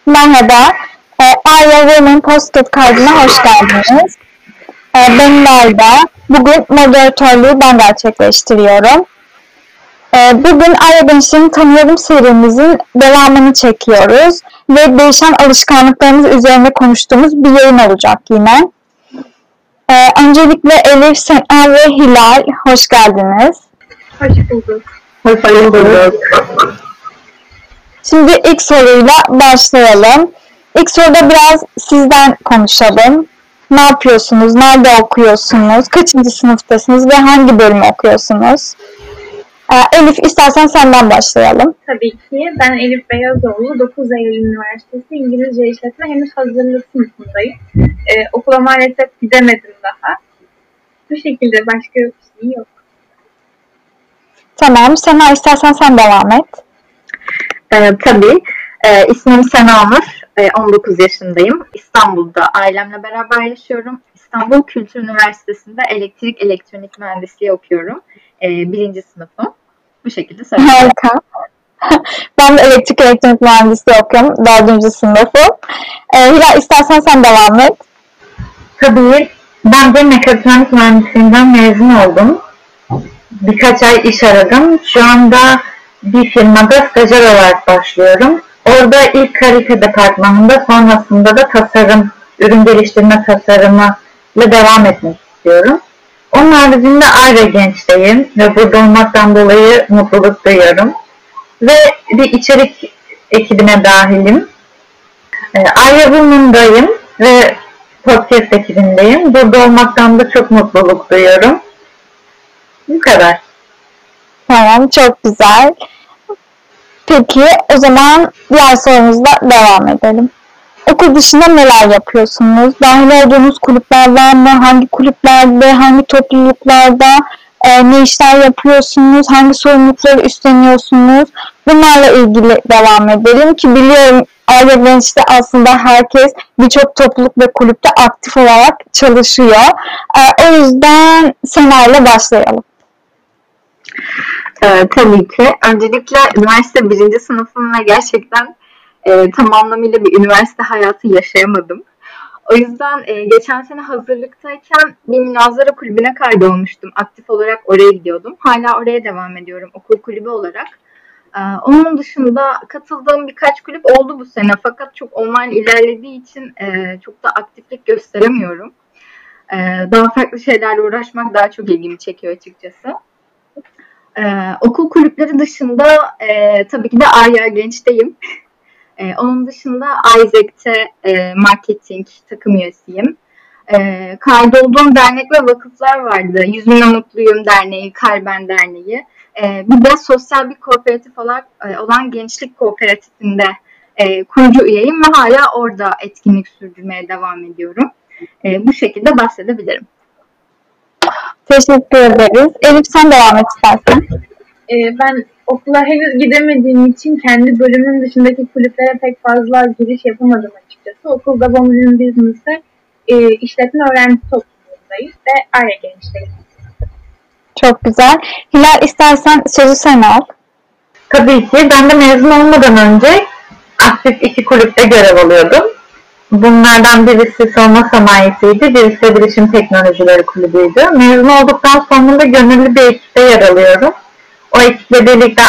Merhaba, Arya Women Podcast kaydına hoş geldiniz. Ben Layla. Bugün moderatörlüğü ben gerçekleştiriyorum. Bugün Arya Gençlerini Tanıyorum serimizin devamını çekiyoruz ve değişen alışkanlıklarımız üzerine konuştuğumuz bir yayın olacak yine. Öncelikle Elif, Sena ve Hilal, hoş geldiniz. Hoş bulduk. Hoş bulduk. Şimdi ilk soruyla başlayalım. İlk soruda biraz sizden konuşalım. Ne yapıyorsunuz? Nerede okuyorsunuz? Kaçıncı sınıftasınız ve hangi bölümü okuyorsunuz? Elif, istersen senden başlayalım. Tabii ki. Ben Elif Beyazoğlu, 9 Eylül Üniversitesi İngilizce İşletme henüz hazırlık sınıfındayım. Okula maalesef gidemedim daha. Bu şekilde, başka bir şey yok. Tamam, Sena, istersen sen devam et. Tabii. İsmim Sena Onur. 19 yaşındayım. İstanbul'da ailemle beraber yaşıyorum. İstanbul Kültür Üniversitesi'nde elektrik elektronik mühendisliği okuyorum. 1. sınıfım. Bu şekilde söyleyeyim. Harika. Ben de elektrik elektronik mühendisliği okuyorum. 4. sınıfım. Hilal, istersen sen devam et. Tabii. Ben de mekatronik mühendisliğinden mezun oldum. Birkaç ay iş aradım. Şu anda bir firmada stajyer olarak başlıyorum. Orada ilk kalite departmanında, sonrasında da tasarım, ürün geliştirme tasarımı ile devam etmek istiyorum. Onun haricinde Arya Genç'teyim ve burada olmaktan dolayı mutluluk duyuyorum. Ve bir içerik ekibine dahilim. Arya Women'dayım ve podcast ekibindeyim. Burada olmaktan da çok mutluluk duyuyorum. Bu kadar. Tamam, çok güzel. Peki, o zaman diğer sorumuzla devam edelim. Okul dışında neler yapıyorsunuz? Dahil olduğunuz kulüpler var mı? Hangi kulüplerde, hangi topluluklarda ne işler yapıyorsunuz? Hangi sorumlulukları üstleniyorsunuz? Bunlarla ilgili devam edelim ki biliyorum Arya Genç'te aslında herkes birçok topluluk ve kulüpte aktif olarak çalışıyor. O yüzden Sena ile başlayalım. Tabii ki. Öncelikle üniversite 1. sınıfım ve gerçekten tam anlamıyla bir üniversite hayatı yaşayamadım. O yüzden geçen sene hazırlıktayken bir münazara kulübüne kaydolmuştum. Aktif olarak oraya gidiyordum. Hala oraya devam ediyorum okul kulübü olarak. Onun dışında katıldığım birkaç kulüp oldu bu sene. Fakat çok online ilerlediği için çok da aktiflik gösteremiyorum. Daha farklı şeylerle uğraşmak daha çok ilgimi çekiyor açıkçası. Okul kulüpleri dışında tabii ki de Arya Genç'teyim. Onun dışında Isaac'te marketing takım üyesiyim. Kaydolduğum dernek ve vakıflar vardı. 100 Milyon Mutluyum Derneği, Kalben Derneği. Bir de sosyal bir kooperatif olan Gençlik Kooperatifinde kurucu üyeyim ve hala orada etkinlik sürdürmeye devam ediyorum. Bu şekilde bahsedebilirim. Teşekkür ederiz. Elif, sen devam et istersen. Ben okula henüz gidemediğim için kendi bölümün dışındaki kulüplere pek fazla giriş yapamadım açıkçası. Okulda Women Business'e işletme öğrenci topluluğundayız ve Arya Genç'teyiz. Çok güzel. Hilal, istersen sözü sen al. Tabii ki. Ben de mezun olmadan önce aktif 2 kulüpte görev alıyordum. Bunlardan birisi savunma sanayisiydi, birisi de bilişim teknolojileri kulübüydü. Mezun olduktan sonra da gönüllü bir ekipte yer alıyorum. O ekiple birlikte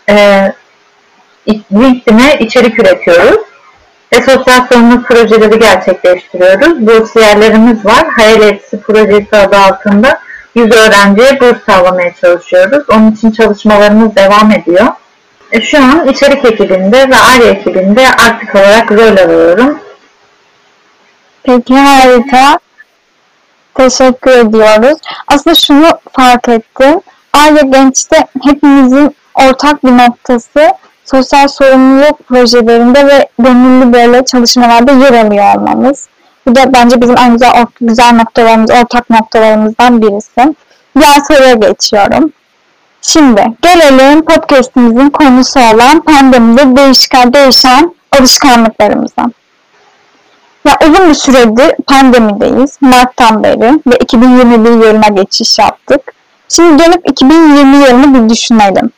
LinkedIn'e içerik üretiyoruz ve sosyal sorumluluk projeleri gerçekleştiriyoruz. Bursiyerlerimiz var. Hayal Elçisi projesi adı altında 100 öğrenciye burs sağlamaya çalışıyoruz. Onun için çalışmalarımız devam ediyor. Şu an içerik ekibinde ve Arya ekibinde aktif olarak rol alıyorum. Peki, harika. Teşekkür ediyoruz. Aslında şunu fark ettim. Arya Genç'te hepimizin ortak bir noktası sosyal sorumluluk projelerinde ve gönüllü böyle çalışmalarda yer alıyor olmamız. Bu da bence bizim en güzel noktalarımız, ortak noktalarımızdan birisi. Diğer soruya geçiyorum. Şimdi gelelim podcast'imizin konusu olan pandemide değişen alışkanlıklarımıza. Ya uzun bir süredir pandemideyiz. Mart'tan beri ve 2021 yılına geçiş yaptık. Şimdi dönüp 2020 yılını bir düşünelim.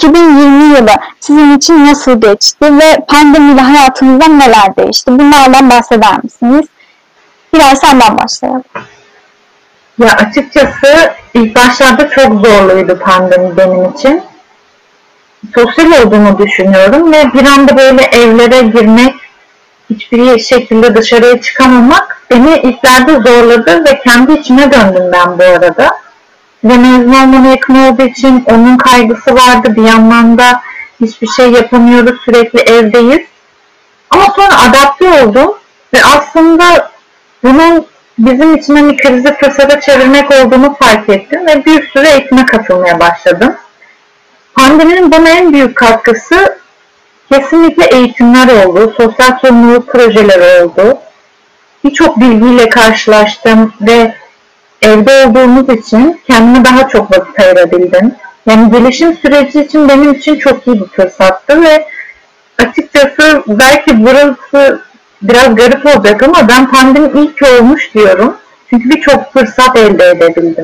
2020 yılı sizin için nasıl geçti ve pandemiyle hayatınızda neler değişti? Bunlardan bahseder misiniz? Hilal, senden başlayalım. Ya açıkçası ilk başlarda çok zorluydu pandemi benim için. Sosyal olduğumu düşünüyorum ve bir anda böyle evlere girmek, hiçbir şekilde dışarıya çıkamamak beni ilklerde zorladı ve kendi içime döndüm ben bu arada. Ve mezun olmama yakın olduğu için onun kaygısı vardı. Bir yandan da hiçbir şey yapamıyoruz, sürekli evdeyiz. Ama sonra adapte oldum ve aslında bunun bizim için hani krizi fırsata çevirmek olduğunu fark ettim ve bir sürü eğitime katılmaya başladım. Pandeminin bana en büyük katkısı kesinlikle eğitimler oldu, sosyal sorumluluk projeleri oldu. Birçok bilgiyle karşılaştım ve evde olduğumuz için kendime daha çok vakit ayırabildim. Yani gelişim süreci için benim için çok iyi bir fırsattı ve açıkçası belki burası biraz garip olacak ama ben pandemi iyi ki olmuş diyorum. Çünkü birçok fırsat elde edebildim.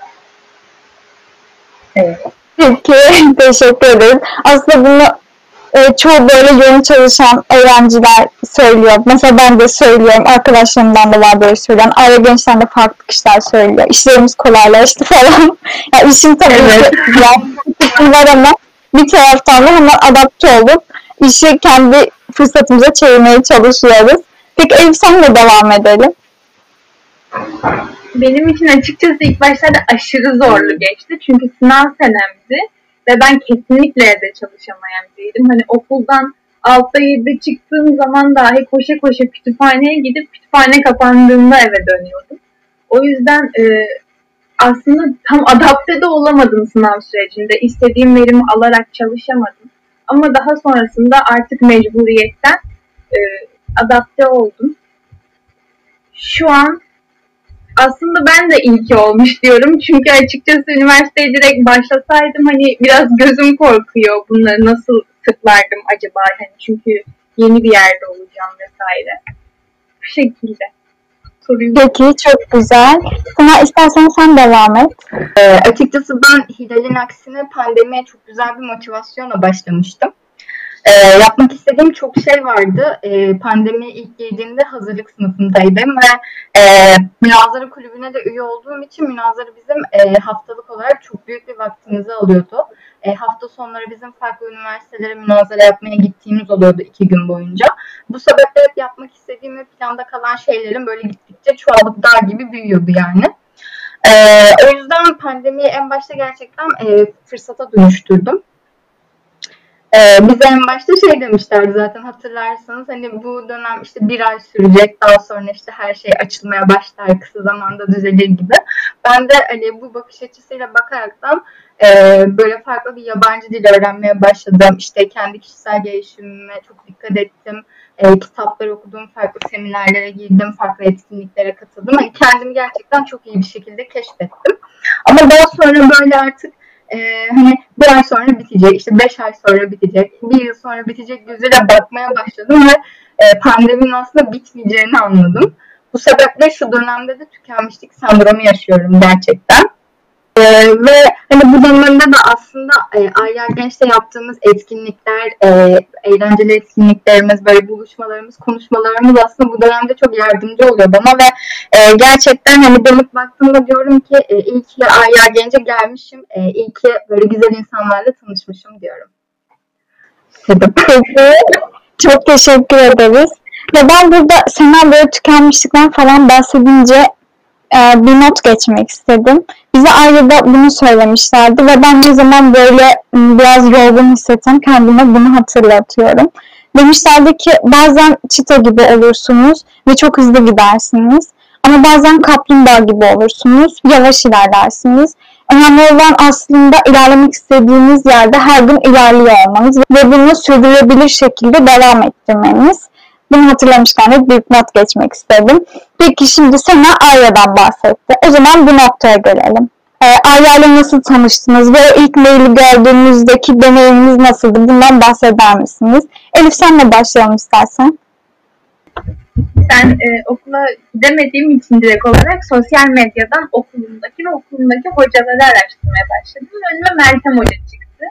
Evet. Peki, teşekkür ederim. Aslında bunu çoğu böyle yoğun çalışan öğrenciler söylüyor. Mesela ben de söylüyorum, arkadaşlarımdan da var böyle söyleyen. Aile gençten de farklı kişiler söylüyor. İşlerimiz kolaylaştı falan. Yani işin tabii ki var ama bir taraftan da hemen adapte olup işi kendi fırsatımıza çevirmeye çalışıyoruz. Peki Elif, senle devam edelim. Benim için açıkçası ilk başlarda aşırı zorlu geçti. Çünkü sınav senemdi ve ben kesinlikle evde çalışamayan biriydim. Hani okuldan 6'da 7'de çıktığım zaman dahi koşa koşa kütüphaneye gidip kütüphane kapandığında eve dönüyordum. O yüzden aslında tam adapte de olamadım sınav sürecinde. İstediğim verimi alarak çalışamadım. Ama daha sonrasında artık mecburiyetten adapte oldum. Şu an aslında ben de iyi ki olmuş diyorum. Çünkü açıkçası üniversiteye direkt başlasaydım hani biraz gözüm korkuyor. Bunları nasıl tıklardım acaba? Hani çünkü yeni bir yerde olacağım vesaire. Bu şekilde. Soruyu. Peki, çok güzel. Sana istersen sen devam et. Açıkçası ben Hilal'in aksine pandemiye çok güzel bir motivasyonla başlamıştım. Yapmak istediğim çok şey vardı. Pandemiye ilk girdiğimde hazırlık sınıfındaydım ve münazara kulübüne de üye olduğum için münazara bizim haftalık olarak çok büyük bir vaktimizi alıyordu. Hafta sonları bizim farklı üniversitelere münazara yapmaya gittiğimiz oluyordu 2 gün boyunca. Bu sebeple hep yapmak istediğim ve planda kalan şeylerin böyle gittikçe çoğalıp dağ gibi büyüyordu yani. O yüzden pandemiyi en başta gerçekten fırsata dönüştürdüm. Bize en başta şey demişlerdi zaten, hatırlarsanız hani bu dönem işte 1 ay sürecek, daha sonra işte her şey açılmaya başlar, kısa zamanda düzelir gibi. Ben de hani bu bakış açısıyla bakaraktan böyle farklı bir yabancı dil öğrenmeye başladım. İşte kendi kişisel gelişimime çok dikkat ettim. Kitaplar okudum, farklı seminerlere girdim, farklı etkinliklere katıldım. Hani kendimi gerçekten çok iyi bir şekilde keşfettim. Ama daha sonra böyle artık hani 1 ay sonra bitecek, işte 5 ay sonra bitecek, 1 yıl sonra bitecek gözüyle bakmaya başladım ve pandeminin aslında bitmeyeceğini anladım. Bu sebeple şu dönemde de tükenmişlik sendromu yaşıyorum gerçekten. Ve hani bu dönemde de aslında Aylar Genç'te yaptığımız etkinlikler, eğlenceli etkinliklerimiz, böyle buluşmalarımız, konuşmalarımız aslında bu dönemde çok yardımcı oluyor bana ve gerçekten hani dönüp baktığımda diyorum ki iyi ki Aylar Genç'e gelmişim, iyi ki böyle güzel insanlarla tanışmışım diyorum. Peki, çok teşekkür ederiz. Ve ben burada Sena böyle tükenmişlikten falan bahsedince bir not geçmek istedim. Bize ayrıca bunu söylemişlerdi ve ben ne zaman böyle biraz yorgun hissetsem kendime bunu hatırlatıyorum. Demişlerdi ki bazen çita gibi olursunuz ve çok hızlı gidersiniz. Ama bazen kaplumbağa gibi olursunuz, yavaş ilerlersiniz. Önemli olan aslında ilerlemek istediğiniz yerde her gün ilerliyor olmanız ve bunu sürdürülebilir şekilde devam ettirmeniz. Bunu hatırlamışken de bir not geçmek istedim. Peki şimdi Sena Arya'dan bahsetti. O zaman bu noktaya gelelim. Arya'yla nasıl tanıştınız ve ilk maili gördüğünüzdeki deneyiminiz nasıldı? Bundan bahseder misiniz? Elif, senle başlayalım istersen. Ben okula gidemediğim için direkt olarak sosyal medyadan okulumdaki hocaları araştırmaya başladım. Önüme Meltem Hoca çıktı.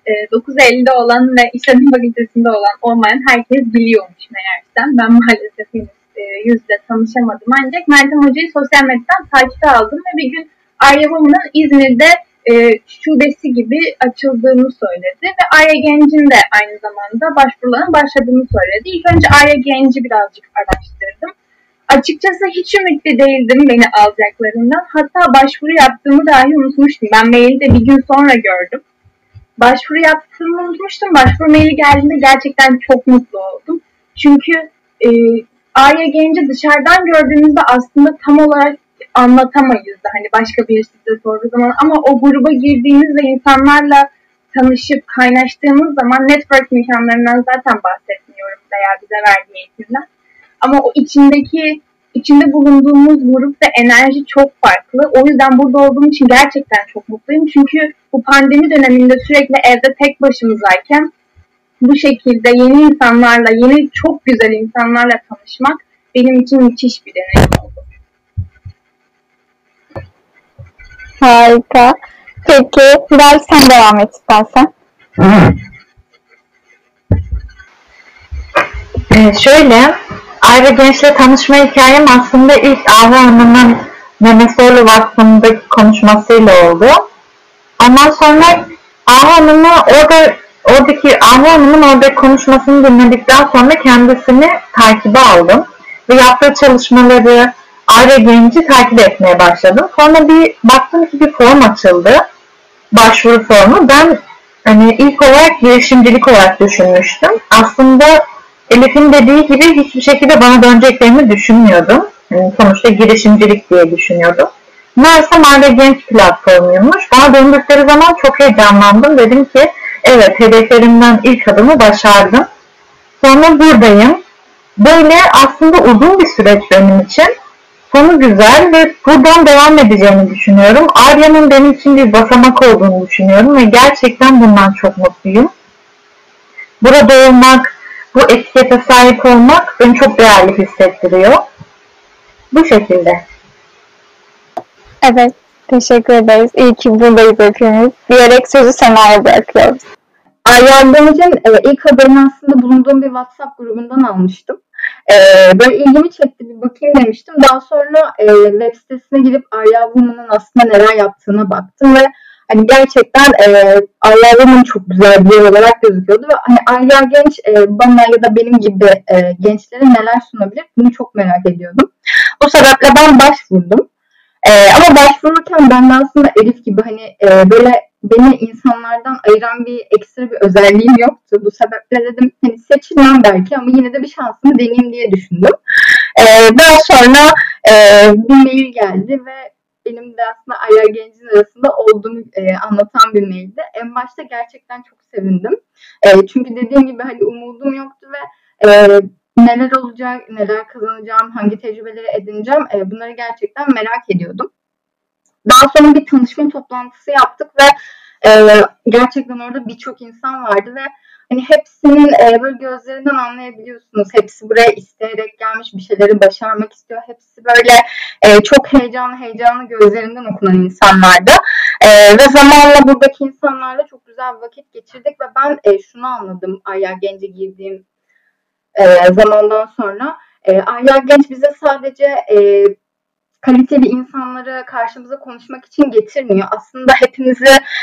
9.50'de olan ve işletme fakültesinde olan olmayan herkes biliyormuş meğersem. Ben maalesef henüz yüzle tanışamadım. Ancak Meltem Hoca'yı sosyal medyadan takipte aldım ve bir gün Arya Woman'ın İzmir'de şubesi gibi açıldığını söyledi ve Arya Genç'in de aynı zamanda başvuruların başladığını söyledi. İlk önce Arya Genç'i birazcık araştırdım. Açıkçası hiç ümitli değildim beni alacaklarından. Hatta başvuru yaptığımı dahi unutmuştum. Ben maili de bir gün sonra gördüm. Başvuru yaptığımı unutmuştum. Başvuru maili geldiğinde gerçekten çok mutlu oldum. Çünkü Arya Genç'i dışarıdan gördüğümüzde aslında tam olarak anlatamayız da hani başka birisi size sorduğu zaman, ama o gruba girdiğimiz ve insanlarla tanışıp kaynaştığımız zaman network imkanlarından zaten bahsetmiyorum veya bize verdiği eğitimden. Ama o içinde bulunduğumuz grup ve enerji çok farklı. O yüzden burada olduğum için gerçekten çok mutluyum. Çünkü bu pandemi döneminde sürekli evde tek başımızayken bu şekilde yeni insanlarla, yeni çok güzel insanlarla tanışmak benim için müthiş bir deneyim oldu. Harika. Peki, Hilal sen devam et istersen. Şöyle, Arya Genç'le tanışma hikayem aslında ilk Ahu Hanım'ın Mehmet Zorlu Vakfı'ndaki konuşmasıyla oldu. Ondan sonra Ahu Hanım'ı oradaki konuşmasını dinledikten sonra kendisini takibe aldım. Ve yaptığı çalışmaları, Arya Genç'i takip etmeye başladım. Sonra bir baktım ki bir form açıldı. Başvuru formu. Ben ilk olarak girişimcilik olarak düşünmüştüm. Aslında Elif'in dediği gibi hiçbir şekilde bana döneceklerini düşünmüyordum. Sonuçta girişimcilik diye düşünüyordum. Meğersem Arya Genç platformuymuş. Bana döndükleri zaman çok heyecanlandım. Dedim ki evet, hedeflerimden ilk adımı başardım. Sonra buradayım. Böyle aslında uzun bir süreç benim için. Sonu güzel ve buradan devam edeceğini düşünüyorum. Arya'nın benim için bir basamak olduğunu düşünüyorum ve gerçekten bundan çok mutluyum. Burada olmak, bu etikete sahip olmak beni çok değerli hissettiriyor. Bu şekilde. Evet, teşekkür ederiz. İyi ki buradayız hepimiz. Diyerek sözü Sena'ya bırakıyoruz. Arya Genç'in ilk haberini aslında bulunduğum bir WhatsApp grubundan almıştım. Böyle ilgimi çekti, bir bakayım demiştim. Daha sonra web sitesine girip Arya Woman'ın aslında neler yaptığına baktım ve hani gerçekten Arya Woman çok güzel bir yer olarak gözüküyordu ve hani Arya Genç bana ya da benim gibi gençlere neler sunabilir bunu çok merak ediyordum. Bu sebeple ben başvurdum. Ama başvururken ben de aslında Elif gibi hani böyle beni insanlardan ayıran bir ekstra bir özelliğim yoktu. Bu sebeple dedim hani seçilmem belki ama yine de bir şansımı deneyeyim diye düşündüm. Daha sonra bir mail geldi ve benim de aslında Arya Genç'in arasında olduğumu anlatan bir maildi. En başta gerçekten çok sevindim. Çünkü dediğim gibi hani umudum yoktu ve neler olacak, neler kazanacağım, hangi tecrübeleri edineceğim bunları gerçekten merak ediyordum. Daha sonra bir tanışma toplantısı yaptık ve gerçekten orada birçok insan vardı ve hani hepsinin böyle gözlerinden anlayabiliyorsunuz. Hepsi buraya isteyerek gelmiş, bir şeyleri başarmak istiyor. Hepsi böyle çok heyecanlı gözlerinden okunan insanlardı. Ve zamanla buradaki insanlarla çok güzel bir vakit geçirdik ve ben şunu anladım Arya Genç'e girdiğim zamandan sonra. Arya Genç bize sadece kaliteli insanları karşımıza konuşmak için getirmiyor. Aslında hepimizi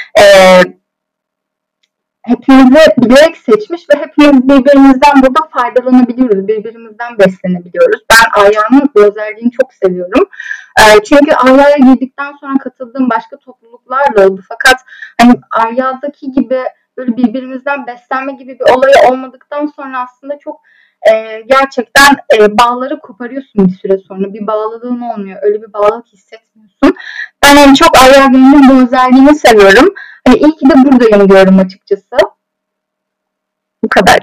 bilerek seçmiş ve hepimiz birbirimizden burada faydalanabiliyoruz. Birbirimizden beslenebiliyoruz. Ben Arya'nın bu özelliğini çok seviyorum. Çünkü Arya'ya girdikten sonra katıldığım başka topluluklar da oldu. Fakat hani Arya'daki gibi böyle birbirimizden beslenme gibi bir olay olmadıktan sonra aslında çok gerçekten bağları koparıyorsun bir süre sonra. Bir bağlılığın olmuyor. Öyle bir bağlılık hissetmiyorsun. Ben en çok Arya Genç'in bu özelliğini seviyorum. İyi ki de buradayım diyorum açıkçası. Bu kadar.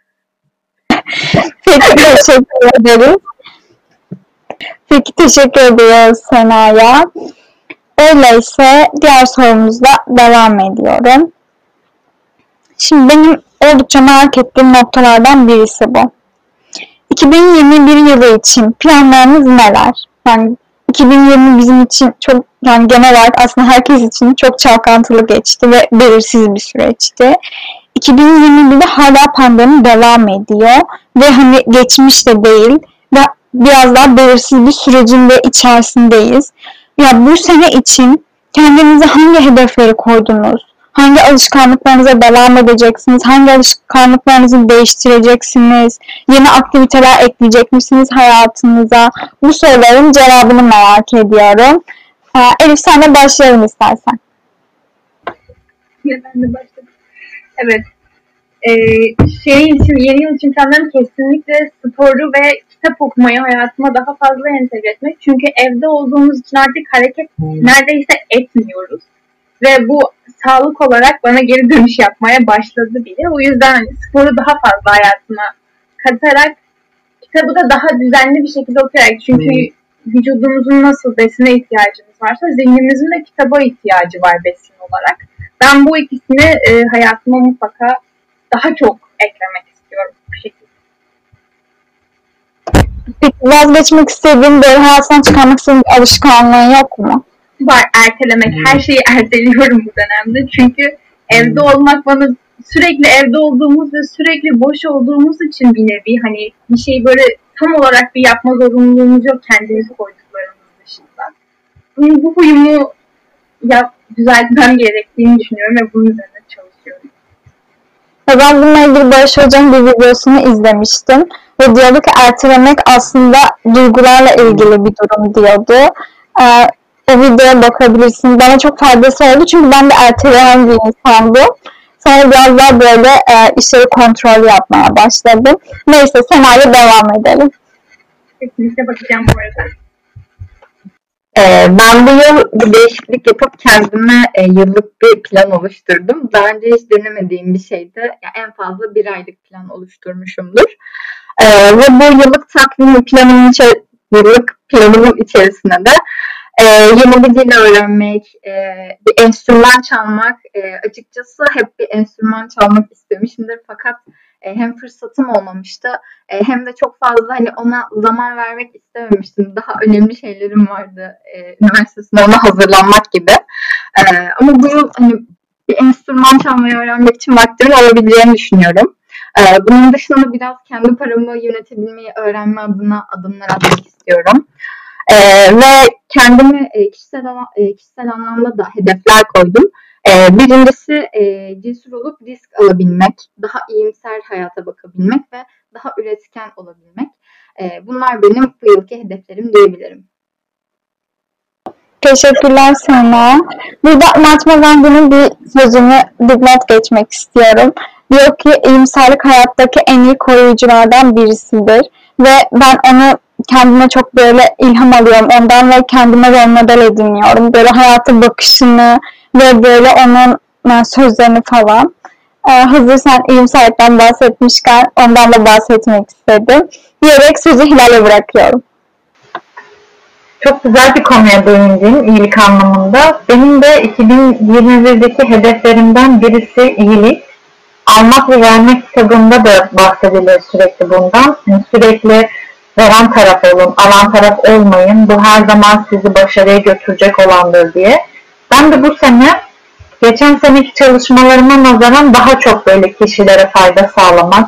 Peki, teşekkür ederiz. Peki, teşekkür ediyoruz Sena'ya. Öyleyse diğer sorumuzla devam ediyorum. Şimdi benim oldukça merak ettiğim noktalardan birisi bu. 2021 yılı için planlarınız neler? Yani 2020 bizim için çok, yani genel olarak aslında herkes için çok çalkantılı geçti ve belirsiz bir süreçti. 2021'de hala pandemi devam ediyor ve hani geçmiş de değil ve biraz daha belirsiz bir sürecin de içerisindeyiz. Ya bu sene için kendinize hangi hedefleri koydunuz? Hangi alışkanlıklarınıza devam edeceksiniz? Hangi alışkanlıklarınızı değiştireceksiniz? Yeni aktiviteler ekleyecek misiniz hayatınıza? Bu soruların cevabını merak ediyorum. Elif, sen de başlayalım istersen. Ben de başladım. Evet. Yeni yıl için planlarım kesinlikle sporu ve kitap okumayı hayatıma daha fazla entegre etmek. Çünkü evde olduğumuz için artık hareket neredeyse etmiyoruz. Ve bu sağlık olarak bana geri dönüş yapmaya başladı bile. O yüzden hani sporu daha fazla hayatıma katarak, kitabı da daha düzenli bir şekilde okuyarak. Çünkü vücudumuzun nasıl besine ihtiyacımız varsa zihnimizin de kitaba ihtiyacı var besin olarak. Ben bu ikisini hayatıma mutlaka daha çok eklemek istiyorum bu şekilde. Peki vazgeçmek istediğin, böyle hayatından çıkarmak istediğin bir alışkanlığın yok mu? Var, ertelemek. Her şeyi erteliyorum bu dönemde. Çünkü evde olmak bana, sürekli evde olduğumuz ve sürekli boş olduğumuz için bir nevi hani bir şeyi böyle tam olarak bir yapma zorunluluğumuz yok kendimiz koyduklarımız dışında. Bu huyumu düzeltmem gerektiğini düşünüyorum ve bunun üzerine çalışıyorum. Ben bununla ilgili Barış Hoca'nın bir videosunu izlemiştim. Ve diyordu ki ertelemek aslında duygularla ilgili bir durum diyordu. O videoya bakabilirsiniz. Bana çok faydası oldu çünkü ben de erteleyen bir insandım. Sonra biraz daha böyle işleri kontrol yapmaya başladım. Neyse, senaryo devam edelim. Kesinlikle bakacağım bu arada. Ben bu yıl bir değişiklik yapıp kendime yıllık bir plan oluşturdum. Daha önce hiç denemediğim bir şeydi. Yani en fazla bir aylık plan oluşturmuşumdur. Ve bu yıllık yıllık planımın içerisine de yeni bir dil öğrenmek, bir enstrüman çalmak, açıkçası hep bir enstrüman çalmak istemişimdir fakat hem fırsatım olmamıştı hem de çok fazla hani ona zaman vermek istememiştim. Daha önemli şeylerim vardı üniversite sınavına hazırlanmak gibi. Ama bu yıl hani bir enstrüman çalmayı öğrenmek için vaktimin olabileceğini düşünüyorum. Bunun dışında biraz kendi paramı yönetebilmeyi öğrenme adına adımlar atmak istiyorum. Ve kendime kişisel anlamda da hedefler koydum. Birincisi cesur olup risk alabilmek, daha iyimser hayata bakabilmek ve daha üretken olabilmek. Bunlar benim bu yılki hedeflerim diyebilirim. Teşekkürler sana. Burada Mahatma Gandhi'nin bir sözünü dipnot geçmek istiyorum. Diyor ki iyimserlik hayattaki en iyi koruyuculardan birisidir. Ve ben onu kendime çok böyle ilham alıyorum ondan ve kendime rol model ediniyorum. Böyle hayata bakışını ve böyle onun sözlerini falan. Hazırsan iyimserlikten bahsetmişken ondan da bahsetmek istedim. Diyerek sözü Hilal'e bırakıyorum. Çok güzel bir konuya değindin iyilik anlamında. Benim de 2021'deki hedeflerimden birisi iyilik. Almak ve vermek kitabında da bahsedilir sürekli bundan. Yani sürekli veren taraf olun, alan taraf olmayın. Bu her zaman sizi başarıya götürecek olandır diye. Ben de bu sene geçen seneki çalışmalarıma nazaran daha çok böyle kişilere fayda sağlamak,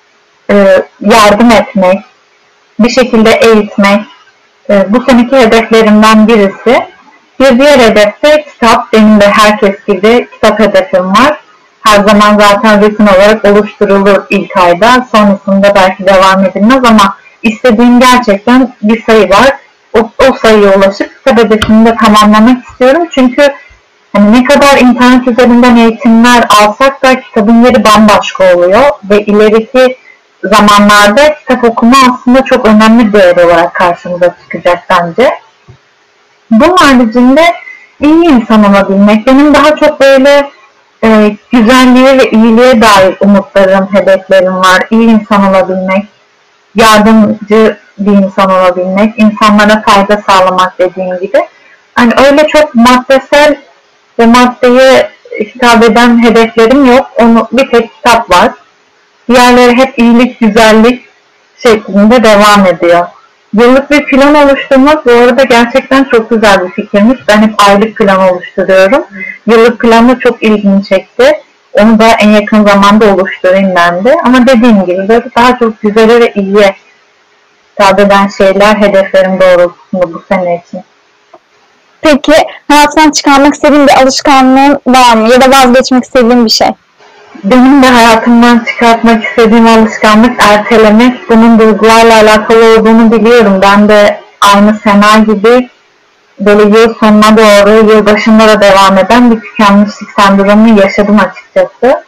yardım etmek, bir şekilde eğitmek, bu seneki hedeflerimden birisi. Bir diğer hedef de kitap. Benim de herkes gibi kitap hedefim var. Her zaman zaten rutin olarak oluşturulur ilk ayda. Sonrasında belki devam edilmez ama istediğim gerçekten bir sayı var. O sayıya ulaşıp kitap hedefini de tamamlamak istiyorum. Çünkü hani ne kadar internet üzerinden eğitimler alsak da kitabın yeri bambaşka oluyor. Ve ileriki zamanlarda kitap okuma aslında çok önemli bir değer olarak karşımıza çıkacak bence. Bunun haricinde iyi insan olabilmek. Benim daha çok böyle güzelliğe ve iyiliğe dair umutlarım, hedeflerim var. İyi insan olabilmek, yardımcı bir insan olabilmek, insanlara fayda sağlamak dediğim gibi. Hani öyle çok maddesel ve maddeye hitap eden hedeflerim yok. Bir tek kitap var. Diğerleri hep iyilik, güzellik şeklinde devam ediyor. Yıllık bir plan oluşturmak bu arada gerçekten çok güzel bir fikirmiş. Ben hep aylık plan oluşturuyorum. Yıllık plan da çok ilgimi çekti. Onu da en yakın zamanda oluşturayım ben de. Ama dediğim gibi böyle daha çok güzele ve iyiye hitap eden şeyler hedeflerim doğrultusunda bu sene için. Peki hayatından çıkarmak istediğin bir alışkanlığın var mı? Ya da vazgeçmek istediğin bir şey? Benim de hayatımdan çıkartmak istediğim alışkanlık ertelemek. Bunun duygularla alakalı olduğunu biliyorum. Ben de aynı Sena gibi böyle yıl sonuna doğru, yıl başında da devam eden bir tükenmişlik sendromunu yaşadım açıkçası.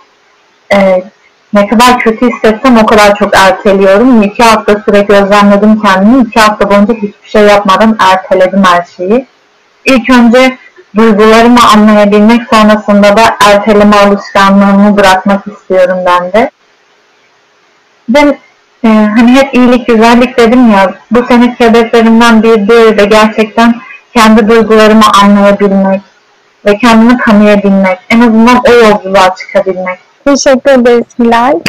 Ne kadar kötü hissetsem o kadar çok erteliyorum. 2 hafta süre gözlemledim kendimi. 2 hafta boyunca hiçbir şey yapmadan erteledim her şeyi. İlk önce duygularımı anlayabilmek, sonrasında da erteleme alışkanlığımı bırakmak istiyorum ben de. Ben hani hep iyilik, güzellik dedim ya, bu seneki hedeflerimden bir diğeri de gerçekten kendi duygularımı anlayabilmek ve kendimi tanıyabilmek. En azından o yolculuğa çıkabilmek. Teşekkür ederiz Hilal.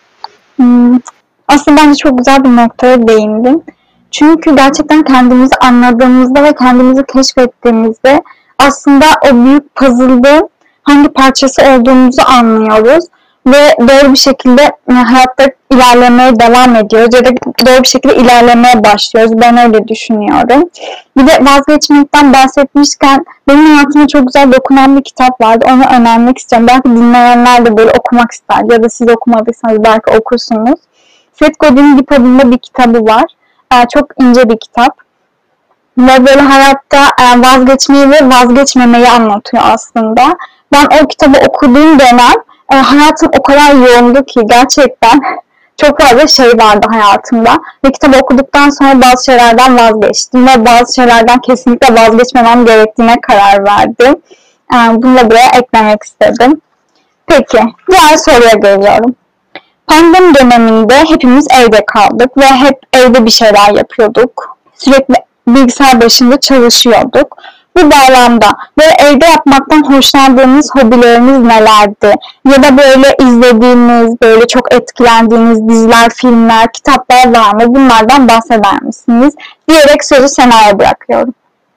Aslında bence çok güzel bir noktaya değindin. Çünkü gerçekten kendimizi anladığımızda ve kendimizi keşfettiğimizde aslında o büyük puzzle'ın hangi parçası olduğumuzu anlıyoruz. Ve doğru bir şekilde hayatta ilerlemeye devam ediyoruz ya da doğru bir şekilde ilerlemeye başlıyoruz. Ben öyle düşünüyorum. Bir de vazgeçmekten bahsetmişken benim hayatıma çok güzel dokunan bir kitap vardı. Onu önermek istiyorum. Belki dinleyenler de böyle okumak ister ya da siz okumadıysanız belki okursunuz. Seth Godin'in Dip adında bir kitabı var. Çok ince bir kitap. Ve böyle hayatta vazgeçmeyi ve vazgeçmemeyi anlatıyor aslında. Ben o kitabı okuduğum dönem hayatım o kadar yoğundu ki gerçekten çok fazla şey vardı hayatımda. Ve kitabı okuduktan sonra bazı şeylerden vazgeçtim ve bazı şeylerden kesinlikle vazgeçmemem gerektiğine karar verdim. Bunu da buraya eklemek istedim. Peki, diğer soruya geliyorum. Pandemi döneminde hepimiz evde kaldık ve hep evde bir şeyler yapıyorduk. Sürekli bilgisayar başında çalışıyorduk. Bu bağlamda böyle evde yapmaktan hoşlandığınız hobileriniz nelerdi? Ya da böyle izlediğiniz, böyle çok etkilendiğiniz diziler, filmler, kitaplar var mı? Bunlardan bahseder misiniz? Diyerek sözü Sena'ya bırakıyorum.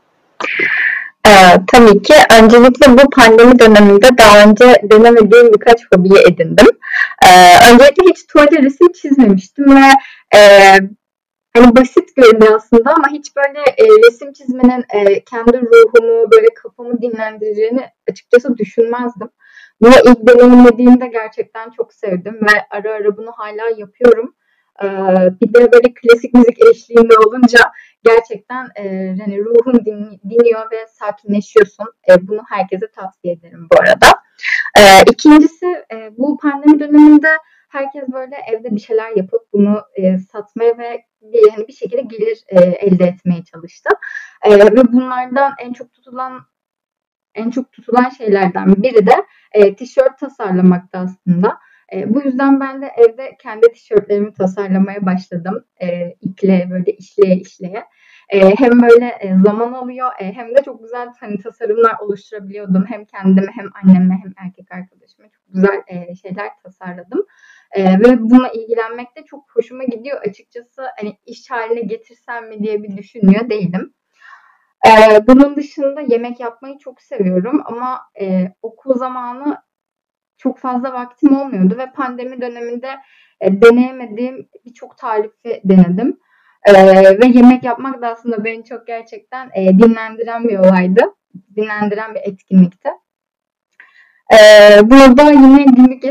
Tabii ki. Öncelikle bu pandemi döneminde daha önce denemediğim birkaç hobiyi edindim. Öncelikle hiç tuvalde resim çizmemiştim ve hani basit görünüyor aslında ama hiç böyle resim çizmenin kendi ruhumu, böyle kafamı dinlendireceğini açıkçası düşünmezdim. Bunu ilk deneyimlediğimde gerçekten çok sevdim ve ara ara bunu hala yapıyorum. Bir de böyle klasik müzik eşliğinde olunca gerçekten hani ruhun dinliyor ve sakinleşiyorsun. Bunu herkese tavsiye ederim bu arada. İkincisi bu pandemi döneminde herkes böyle evde bir şeyler yapıp bunu satmaya ve bir şekilde gelir elde etmeye çalıştı. Ve bunlardan en çok tutulan şeylerden biri de tişört tasarlamaktı aslında. Bu yüzden ben de evde kendi tişörtlerimi tasarlamaya başladım. İple böyle işleye. Hem böyle zaman alıyor hem de çok güzel hani tasarımlar oluşturabiliyordum. Hem kendime hem anneme hem erkek arkadaşıma çok güzel şeyler tasarladım. Ve bununla ilgilenmek de çok hoşuma gidiyor açıkçası. Hani iş haline getirsem mi diye bir düşünüyor değilim. Bunun dışında yemek yapmayı çok seviyorum ama okul zamanı çok fazla vaktim olmuyordu ve pandemi döneminde deneyemediğim birçok tarifi denedim. Ve yemek yapmak da aslında beni çok gerçekten dinlendiren bir olaydı. Dinlendiren bir etkinlikti. Burada yine günlük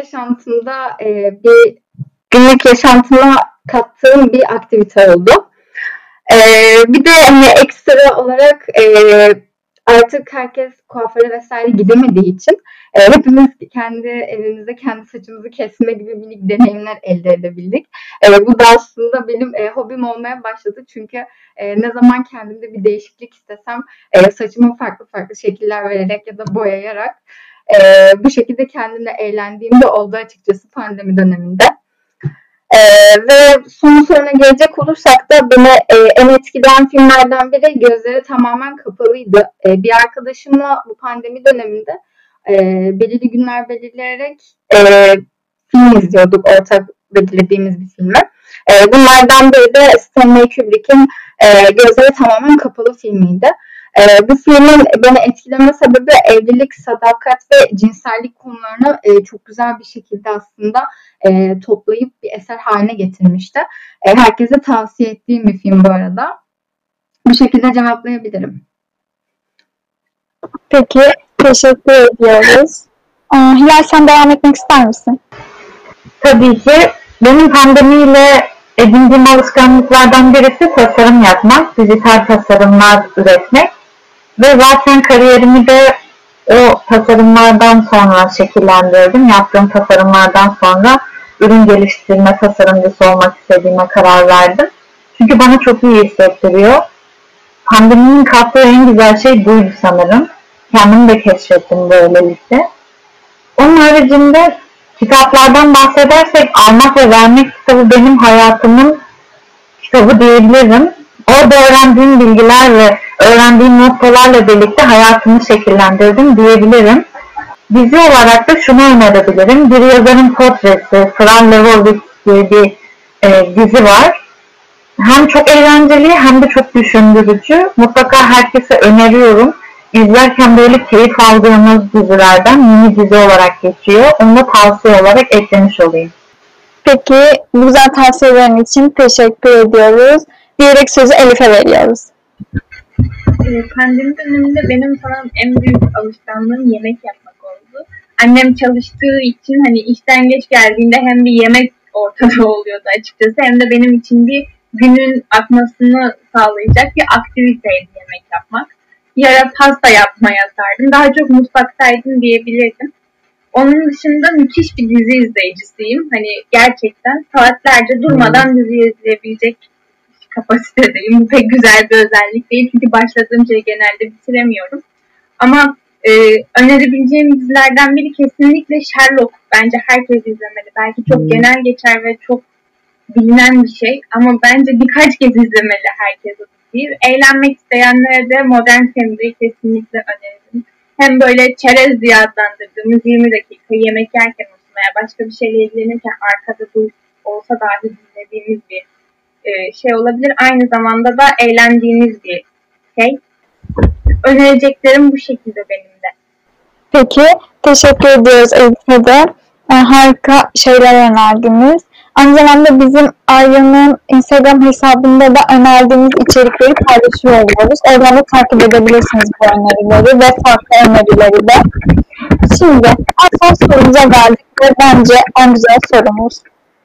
yaşantıma kattığım bir aktivite oldu. Bir de hani ekstra olarak artık herkes kuaföre vesaire gidemediği için hepimiz kendi evimizde kendi saçımızı kesme gibi minik deneyimler elde edebildik. Bu da aslında benim hobim olmaya başladı. Çünkü ne zaman kendimde bir değişiklik istesem saçımı farklı şekiller vererek ya da boyayarak bu şekilde kendimle eğlendiğim de oldu açıkçası pandemi döneminde. Ve son soruna gelecek olursak da beni en etkileyen filmlerden biri Gözleri Tamamen Kapalıydı. Bir arkadaşımla bu pandemi döneminde belirli günler belirleyerek film izliyorduk, ortak belirlediğimiz bir filmi. Bunlardan biri de Stanley Kubrick'in Gözleri Tamamen Kapalı filmiydi. Bu filmin beni etkileme sebebi evlilik, sadakat ve cinsellik konularını çok güzel bir şekilde aslında toplayıp bir eser haline getirmişti. Herkese tavsiye ettiğim bir film bu arada. Bu şekilde cevaplayabilirim. Peki, teşekkür ediyoruz. Hilal, sen devam etmek ister misin? Tabii ki. Benim pandemiyle edindiğim alışkanlıklardan birisi tasarım yapmak, dijital tasarımlar üretmek. Ve zaten kariyerimi de o tasarımlardan sonra şekillendirdim. Yaptığım tasarımlardan sonra ürün geliştirme tasarımcısı olmak istediğime karar verdim. Çünkü bana çok iyi hissettiriyor. Pandeminin kattığı en güzel şey buydu sanırım. Kendimi de keşfettim böylelikle. Onun haricinde kitaplardan bahsedersek Almak ve Vermek kitabı benim hayatımın kitabı diyebilirim. Orada öğrendiğim bilgiler ve öğrendiğim noktalarla birlikte hayatımı şekillendirdim diyebilirim. Dizi olarak da şunu önerebilirim. Bir Yazarın Portresi, Fran Lebowitz diye bir dizi var. Hem çok eğlenceli hem de çok düşündürücü. Mutlaka herkese öneriyorum. İzlerken böyle keyif aldığınız dizilerden mini dizi olarak geçiyor. Onu da tavsiye olarak eklemiş olayım. Peki, bu güzel tavsiyelerin için teşekkür ediyoruz. Diyerek sözü Elif'e veriyoruz. Pandemi döneminde benim sanırım en büyük alışkanlığım yemek yapmak oldu. Annem çalıştığı için hani işten geç geldiğinde hem bir yemek ortada oluyordu açıkçası hem de benim için bir günün akmasını sağlayacak bir aktiviteydi yemek yapmak. Bir ara pasta yapmaya sardım. Daha çok mutfaktaydım diyebilirdim. Onun dışında müthiş bir dizi izleyicisiyim. Hani gerçekten saatlerce durmadan dizi izleyebilecek kapasitedeyim. Bu pek güzel bir özellik değil. Çünkü başladığım şeyi genelde bitiremiyorum. Ama önerebileceğim dizilerden biri kesinlikle Sherlock. Bence herkes izlemeli. Belki çok genel geçer ve çok bilinen bir şey. Ama bence birkaç kez izlemeli herkes o diziyi. Eğlenmek isteyenlere de Modern Family'yi kesinlikle öneririm. Hem böyle çerez diye adlandırdığımız 20 dakika yemek yerken olsun veya başka bir şeyle ilgilenirken arkada olsa dahi dinlediğimiz bir şey olabilir. Aynı zamanda da eğlendiğiniz bir şey. Önereceklerim bu şekilde benim de. Peki, teşekkür ediyoruz Elif'e de. Harika şeyler önerdiniz. Aynı zamanda bizim Arya'nın Instagram hesabında da önerdiğimiz içerikleri paylaşıyor oluyoruz. Oradan da takip edebilirsiniz bu önerileri ve farklı önerileri de. Şimdi son sorumuza geldik ve bence en güzel sorumuz.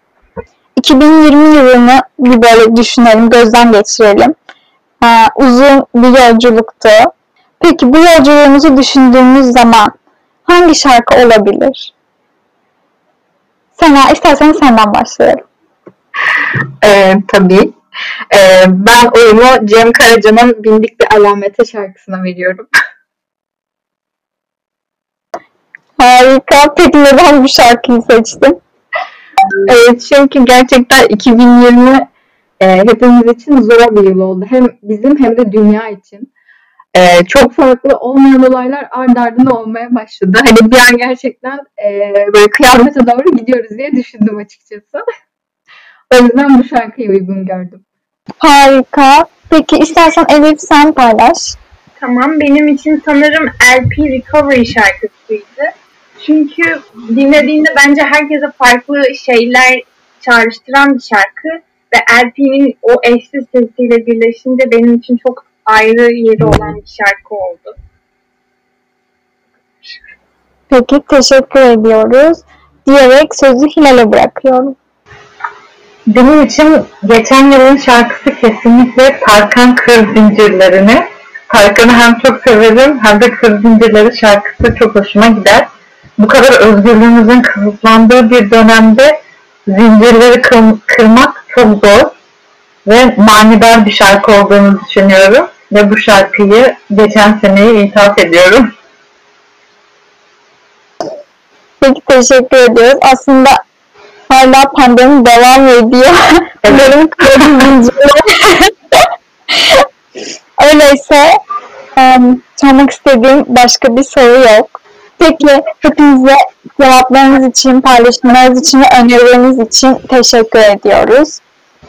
2020 yılını bir böyle düşünelim, gözden geçirelim. Uzun bir yolculuktu. Peki bu yolculuğumuzu düşündüğümüz zaman hangi şarkı olabilir? Sena, istersen senden başlayalım. Tabii. Ben oyumu Cem Karaca'nın Bindik Bir Alamete şarkısına veriyorum. Harika. Peki neden bu şarkıyı seçtin? Çünkü gerçekten 2020 hepimiz için zor bir yıl oldu. Hem bizim hem de dünya için. Çok farklı olmayan olaylar ard ardına olmaya başladı. Hani bir an gerçekten böyle kıyamete doğru gidiyoruz diye düşündüm açıkçası. O yüzden bu şarkıyı uygun gördüm. Harika. Peki istersen Elif sen paylaş. Tamam, benim için sanırım LP Recovery şarkısıydı. Çünkü dinlediğinde bence herkese farklı şeyler çağrıştıran bir şarkı ve LP'nin o eşsiz sesiyle birleşince benim için çok ayrı yeri olan bir şarkı oldu. Peki teşekkür ediyoruz. Diyerek sözü Hilal'e bırakıyorum. Benim için geçen yılın şarkısı kesinlikle Tarkan Kır Zincirlerini. Tarkan'ı hem çok severim hem de Kır Zincirleri şarkısı çok hoşuma gider. Bu kadar özgürlüğümüzün kısıtlandığı bir dönemde zincirleri kırmak çok zor ve manidar bir şarkı olduğunu düşünüyorum. Ve bu şarkıyı geçen seneye ithaf ediyorum. Peki teşekkür ediyoruz. Aslında hala pandemi devam ediyor. Benim kırmızı zincirleri. Öyleyse sormak istediğim başka bir soru yok. Peki hepinize cevaplarınız için, paylaşımlarınız için ve önerileriniz için teşekkür ediyoruz.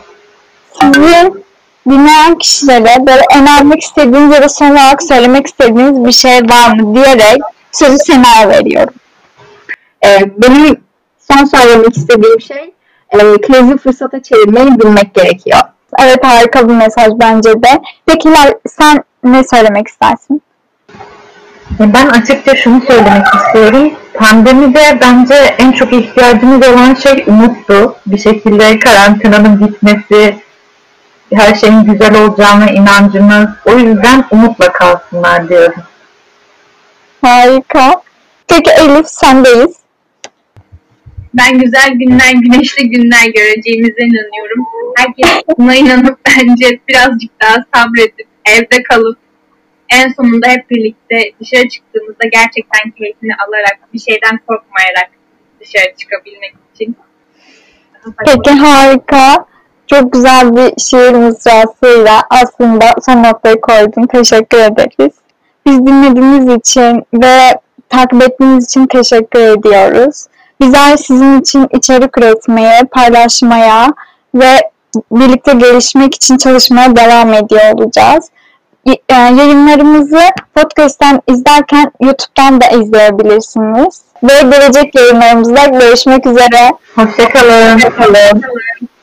Sizin dinleyen kişilere böyle önermek istediğiniz ya da son olarak söylemek istediğiniz bir şey var mı diyerek sözü Sena'ya veriyorum. Benim son söylemek istediğim şey krizi fırsata çevirmeyi bilmek gerekiyor. Evet, harika bir mesaj bence de. Peki sen ne söylemek istersin? Ben açıkça şunu söylemek istiyorum. Pandemide bence en çok ihtiyacımız olan şey umuttu. Bir şekilde karantinanın bitmesi, her şeyin güzel olacağına inancımız. O yüzden umutla kalsınlar diyorum. Harika. Peki Elif, sendeyiz. Ben güzel günler, güneşli günler göreceğimize inanıyorum. Herkes buna inanıp bence birazcık daha sabredip evde kalıp en sonunda hep birlikte dışarı çıktığımızda gerçekten keyfini alarak, bir şeyden korkmayarak dışarı çıkabilmek için. Peki, harika. Çok güzel bir şiir mısrasıyla aslında son noktayı koydun. Teşekkür ederiz. Biz dinlediğiniz için ve takip ettiğiniz için teşekkür ediyoruz. Bizler sizin için içerik üretmeye, paylaşmaya ve birlikte gelişmek için çalışmaya devam ediyor olacağız. Yayınlarımızı podcast'ten izlerken YouTube'dan da izleyebilirsiniz. Ve gelecek yayınlarımızda görüşmek üzere. Hoşçakalın. Hoşçakalın.